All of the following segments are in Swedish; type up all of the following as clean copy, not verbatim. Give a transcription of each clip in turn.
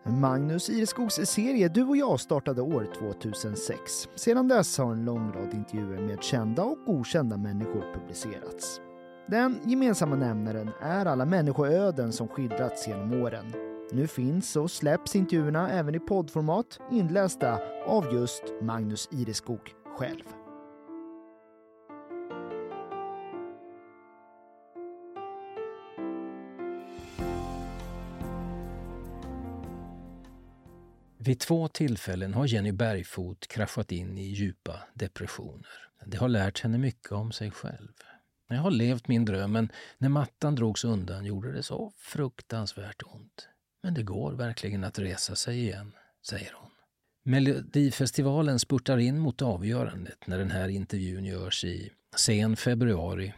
Magnus Ireskogs serie Du och jag startade år 2006. Sedan dess har en lång rad intervjuer med kända och okända människor publicerats. Den gemensamma nämnaren är alla människoöden som skildrats genom åren. Nu finns och släpps intervjuerna även i poddformat inlästa av just Magnus Ireskog själv. Vid 2 tillfällen har Jenny Bergfot kraschat in i djupa depressioner. Det har lärt henne mycket om sig själv. Jag har levt min dröm, men när mattan drogs undan gjorde det så fruktansvärt ont. Men det går verkligen att resa sig igen, säger hon. Melodifestivalen spurtar in mot avgörandet när den här intervjun görs i sen februari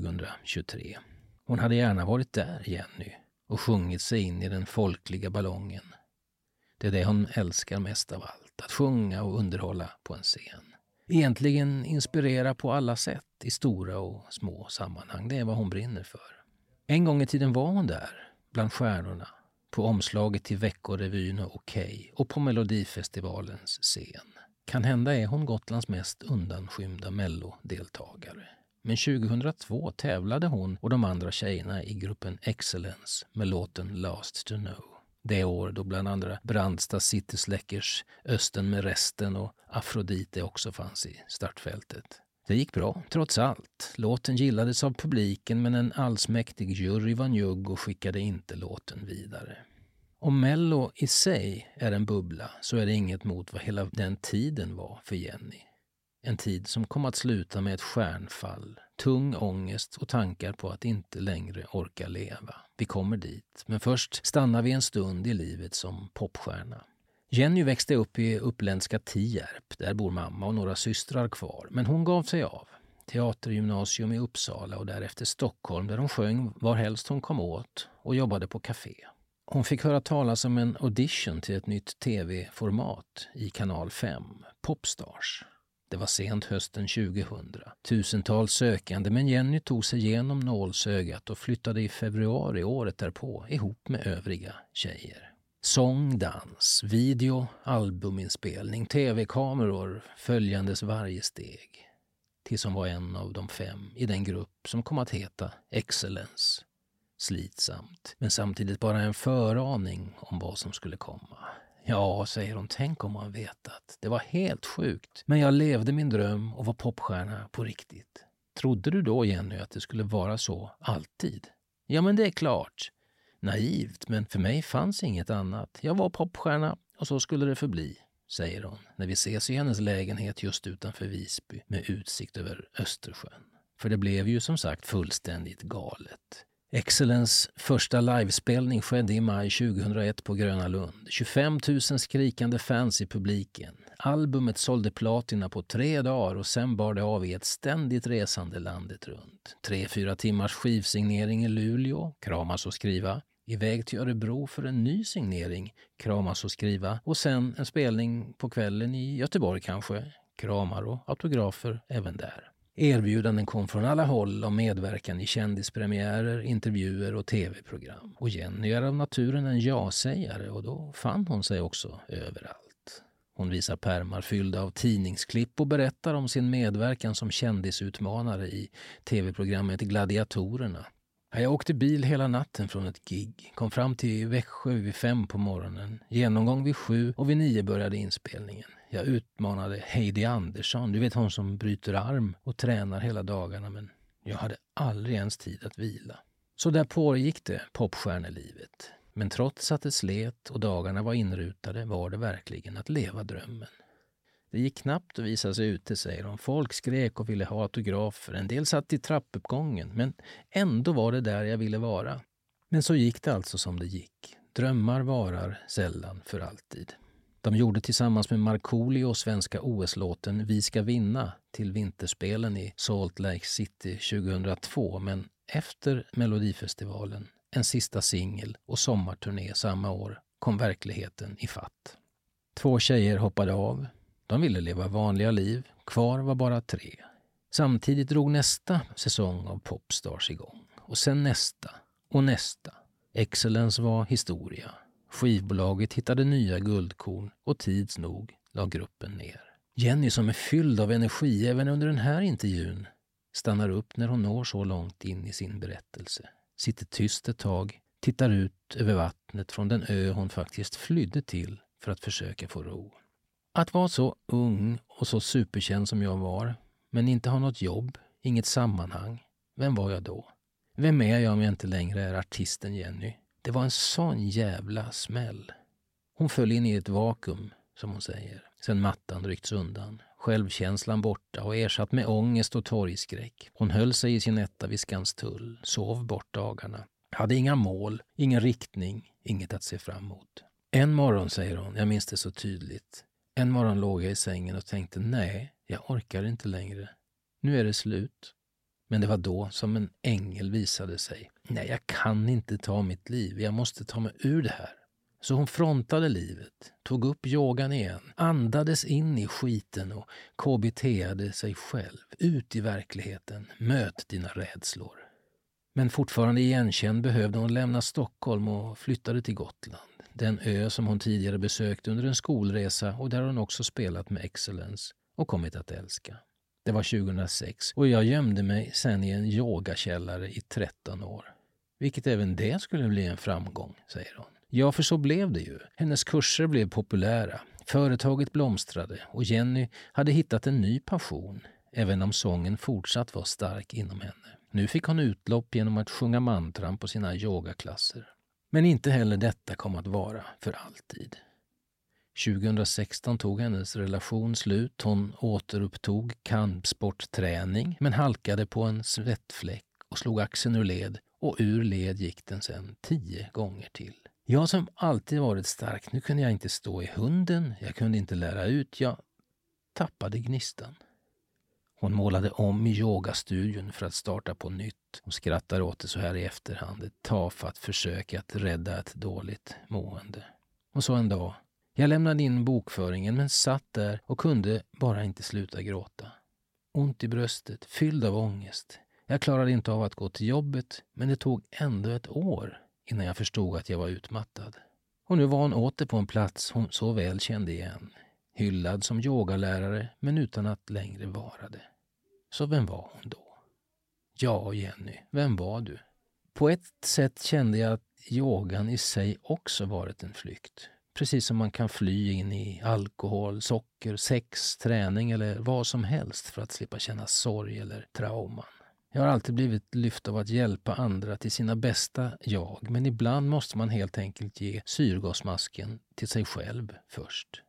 2023. Hon hade gärna varit där, Jenny, och sjungit sig in i den folkliga ballongen. Det är det hon älskar mest av allt, att sjunga och underhålla på en scen. Egentligen inspirera på alla sätt i stora och små sammanhang, det är vad hon brinner för. En gång i tiden var hon där, bland stjärnorna, på omslaget till Veckorevyn och Okej och på Melodifestivalens scen. Kan hända är hon Gotlands mest undanskymda mellodeltagare. Men 2002 tävlade hon och de andra tjejerna i gruppen Excellence med låten Last to Know. Det år då bland andra Brandsta City Släckers Östen med resten och Afrodite också fanns i startfältet. Det gick bra, trots allt. Låten gillades av publiken, men en allsmäktig jury var njugg och skickade inte låten vidare. Om Mello i sig är en bubbla så är det inget mot vad hela den tiden var för Jenny. En tid som kom att sluta med ett stjärnfall, tung ångest och tankar på att inte längre orka leva. Vi kommer dit, men först stannar vi en stund i livet som popstjärna. Jenny växte upp i uppländska Tierp, där bor mamma och några systrar kvar, men hon gav sig av. Teatergymnasium i Uppsala och därefter Stockholm, där hon sjöng var helst hon kom åt och jobbade på café. Hon fick höra talas om en audition till ett nytt tv-format i kanal 5, Popstars. Det var sent hösten 2000. Tusentals sökande, men Jenny tog sig igenom nålsögat och flyttade i februari året därpå ihop med övriga tjejer. Sång, dans, video, albuminspelning, tv-kameror följandes varje steg. Tills hon var en av de 5 i den grupp som kom att heta Excellence. Slitsamt, men samtidigt bara en föraning om vad som skulle komma. Ja, säger hon, tänk om man vetat. Det var helt sjukt. Men jag levde min dröm och var popstjärna på riktigt. Trodde du då, Jenny, att det skulle vara så alltid? Ja, men det är klart. Naivt, men för mig fanns inget annat. Jag var popstjärna och så skulle det förbli, säger hon, när vi ses i hennes lägenhet just utanför Visby med utsikt över Östersjön. För det blev ju som sagt fullständigt galet. Excellence första livespelning skedde i maj 2001 på Gröna Lund. 25 000 skrikande fans i publiken. Albumet sålde platina på 3 dagar och sen bar det av i ett ständigt resande landet runt. 3-4 timmars skivsignering i Luleå, kramas och skriva. Iväg till Örebro för en ny signering, kramas och skriva. Och sen en spelning på kvällen i Göteborg kanske, kramar och autografer även där. Erbjudanden kom från alla håll om medverkan i kändispremiärer, intervjuer och tv-program. Och Jenny är av naturen en ja-sägare och då fann hon sig också överallt. Hon visar pärmar fyllda av tidningsklipp och berättar om sin medverkan som kändisutmanare i tv-programmet Gladiatorerna. Jag åkte bil hela natten från ett gig, kom fram till Växjö vid 5 på morgonen, genomgång vid 7 och vid 9 började inspelningen. Jag utmanade Heidi Andersson, du vet hon som bryter arm och tränar hela dagarna, men jag hade aldrig ens tid att vila. Så där pågick det popstjärnelivet. Men trots att det slet och dagarna var inrutade var det verkligen att leva drömmen. Det gick knappt att visa sig ute, säger de. Folk skrek och ville ha autografer. En del satt i trappuppgången, men ändå var det där jag ville vara. Men så gick det alltså som det gick. Drömmar varar sällan för alltid. De gjorde tillsammans med Markoolio svenska OS-låten Vi ska vinna till vinterspelen i Salt Lake City 2002, men efter Melodifestivalen, en sista singel och sommarturné samma år, kom verkligheten i fatt. 2 tjejer hoppade av. De ville leva vanliga liv. Kvar var bara 3. Samtidigt drog nästa säsong av Popstars igång. Och sen nästa och nästa. Excellence var historia. Skivbolaget hittade nya guldkorn och tids nog la gruppen ner. Jenny, som är fylld av energi även under den här intervjun, stannar upp när hon når så långt in i sin berättelse. Sitter tyst ett tag, tittar ut över vattnet från den ö hon faktiskt flydde till för att försöka få ro. Att vara så ung och så superkänd som jag var, men inte ha något jobb, inget sammanhang. Vem var jag då? Vem är jag om jag inte längre är artisten Jenny? Det var en sån jävla smäll. Hon föll in i ett vakuum, som hon säger. Sen mattan ryckts undan. Självkänslan borta och ersatt med ångest och torgskräck. Hon höll sig i sin etta vid Skanstull, sov bort dagarna. Hade inga mål, ingen riktning, inget att se fram emot. En morgon, säger hon, jag minns det så tydligt. En morgon låg jag i sängen och tänkte, nej, jag orkar inte längre. Nu är det slut. Men det var då som en ängel visade sig. Nej, jag kan inte ta mitt liv. Jag måste ta mig ur det här. Så hon frontade livet, tog upp yogan igen, andades in i skiten och KBT-ade sig själv. Ut i verkligheten, möt dina rädslor. Men fortfarande igenkänd behövde hon lämna Stockholm och flyttade till Gotland. Den ö som hon tidigare besökt under en skolresa och där hon också spelat med Excellence och kommit att älska. Det var 2006 och jag gömde mig sen i en yogakällare i 13 år. Vilket även det skulle bli en framgång, säger hon. Ja, för så blev det ju. Hennes kurser blev populära. Företaget blomstrade och Jenny hade hittat en ny passion, även om sången fortsatt var stark inom henne. Nu fick hon utlopp genom att sjunga mantran på sina yogaklasser. Men inte heller detta kom att vara för alltid. 2016 tog hennes relation slut. Hon återupptog kampsportträning men halkade på en svettfläck och slog axeln ur led, och ur led gick den sen 10 gånger till. Jag som alltid varit stark, nu kunde jag inte stå i hunden, jag kunde inte lära ut, jag tappade gnistan. Hon målade om i yogastudion för att starta på nytt och skrattar åt det så här i efterhand, ett tafatt försök att rädda ett dåligt mående. Och så en dag, jag lämnade in bokföringen men satt där och kunde bara inte sluta gråta. Ont i bröstet, fylld av ångest. Jag klarade inte av att gå till jobbet, men det tog ändå ett år innan jag förstod att jag var utmattad. Och nu var hon åter på en plats hon så väl kände igen. Hyllad som yogalärare, men utan att längre vara det. Så vem var hon då? Ja, Jenny, vem var du? På ett sätt kände jag att yogan i sig också varit en flykt. Precis som man kan fly in i alkohol, socker, sex, träning eller vad som helst för att slippa känna sorg eller trauman. Jag har alltid blivit lyft av att hjälpa andra till sina bästa jag, men ibland måste man helt enkelt ge syrgasmasken till sig själv först.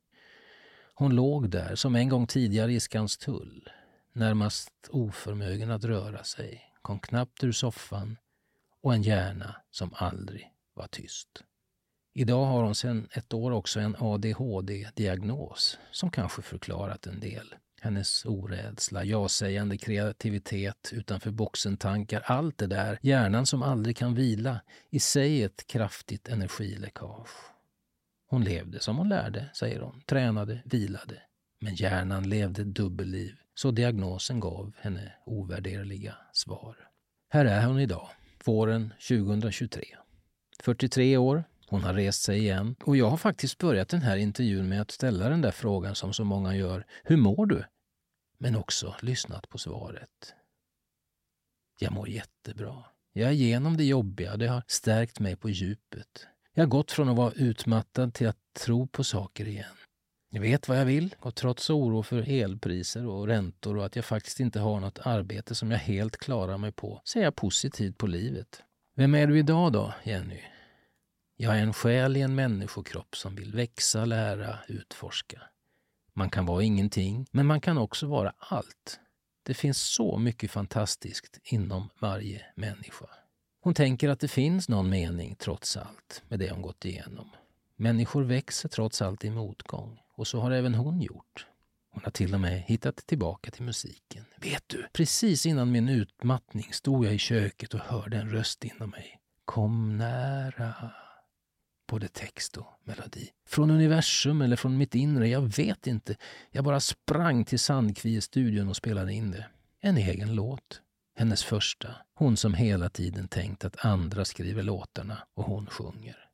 Hon låg där som en gång tidigare i Skanstull, närmast oförmögen att röra sig, kom knappt ur soffan och en hjärna som aldrig var tyst. Idag har hon sedan ett år också en ADHD-diagnos som kanske förklarat en del. Hennes orädsla, ja-sägande kreativitet, utanför boxen-tankar, allt det där, hjärnan som aldrig kan vila, i sig ett kraftigt energiläckage. Hon levde som hon lärde, säger hon, tränade, vilade. Men hjärnan levde dubbelliv, så diagnosen gav henne ovärderliga svar. Här är hon idag, våren 2023. 43 år. Hon har rest sig igen och jag har faktiskt börjat den här intervjun med att ställa den där frågan som så många gör. Hur mår du? Men också lyssnat på svaret. Jag mår jättebra. Jag är igenom det jobbiga, det har stärkt mig på djupet. Jag har gått från att vara utmattad till att tro på saker igen. Jag vet vad jag vill och trots oro för elpriser och räntor och att jag faktiskt inte har något arbete som jag helt klarar mig på, ser jag positivt på livet. Vem är du idag då, Jenny? Jag är en själ i en människokropp som vill växa, lära, utforska. Man kan vara ingenting, men man kan också vara allt. Det finns så mycket fantastiskt inom varje människa. Hon tänker att det finns någon mening trots allt med det hon gått igenom. Människor växer trots allt i motgång, och så har även hon gjort. Hon har till och med hittat tillbaka till musiken. Vet du, precis innan min utmattning stod jag i köket och hörde en röst inom mig. Kom nära. Både text och melodi. Från universum eller från mitt inre, jag vet inte. Jag bara sprang till Sandkvie-studion och spelade in det. En egen låt. Hennes första. Hon som hela tiden tänkt att andra skriver låtarna och hon sjunger.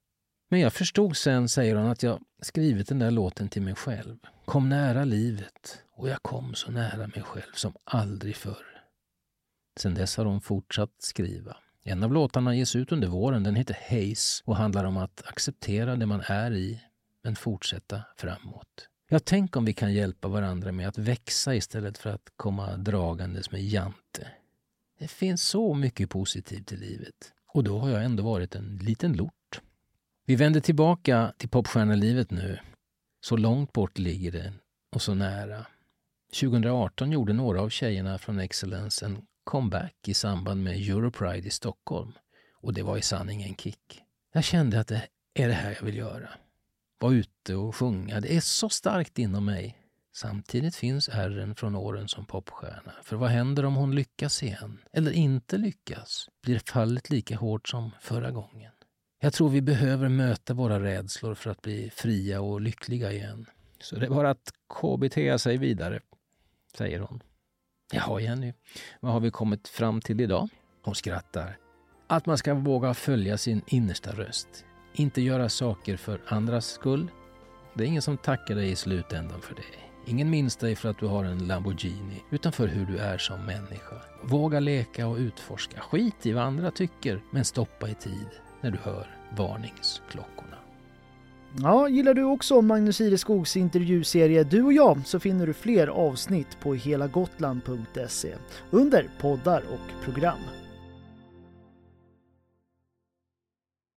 Men jag förstod sen, säger hon, att jag skrivit den där låten till mig själv. Kom nära livet och jag kom så nära mig själv som aldrig förr. Sen dess har hon fortsatt skriva. En av låtarna ges ut under våren, den heter Haze och handlar om att acceptera det man är i men fortsätta framåt. Jag tänker om vi kan hjälpa varandra med att växa istället för att komma dragandes med jante. Det finns så mycket positivt i livet och då har jag ändå varit en liten lort. Vi vänder tillbaka till popstjärnelivet nu. Så långt bort ligger det och så nära. 2018 gjorde några av tjejerna från Excellence en comeback i samband med Europride i Stockholm. Och det var i sanning en kick. Jag kände att det är det här jag vill göra. Vara ute och sjunga. Det är så starkt inom mig. Samtidigt finns ärren från åren som popstjärna. För vad händer om hon lyckas igen? Eller inte lyckas? Blir fallet lika hårt som förra gången? Jag tror vi behöver möta våra rädslor för att bli fria och lyckliga igen. Så det är bara att KBT sig vidare, säger hon. Jaha Jenny, vad har vi kommit fram till idag? Hon skrattar. Att man ska våga följa sin innersta röst. Inte göra saker för andras skull. Det är ingen som tackar dig i slutändan för det. Ingen minns dig för att du har en Lamborghini, utan för hur du är som människa. Våga leka och utforska. Skit i vad andra tycker, men stoppa i tid när du hör varningsklockorna. Ja, gillar du också Magnus Ireskogs intervjuserie Du och jag, så finner du fler avsnitt på helagotland.se under poddar och program.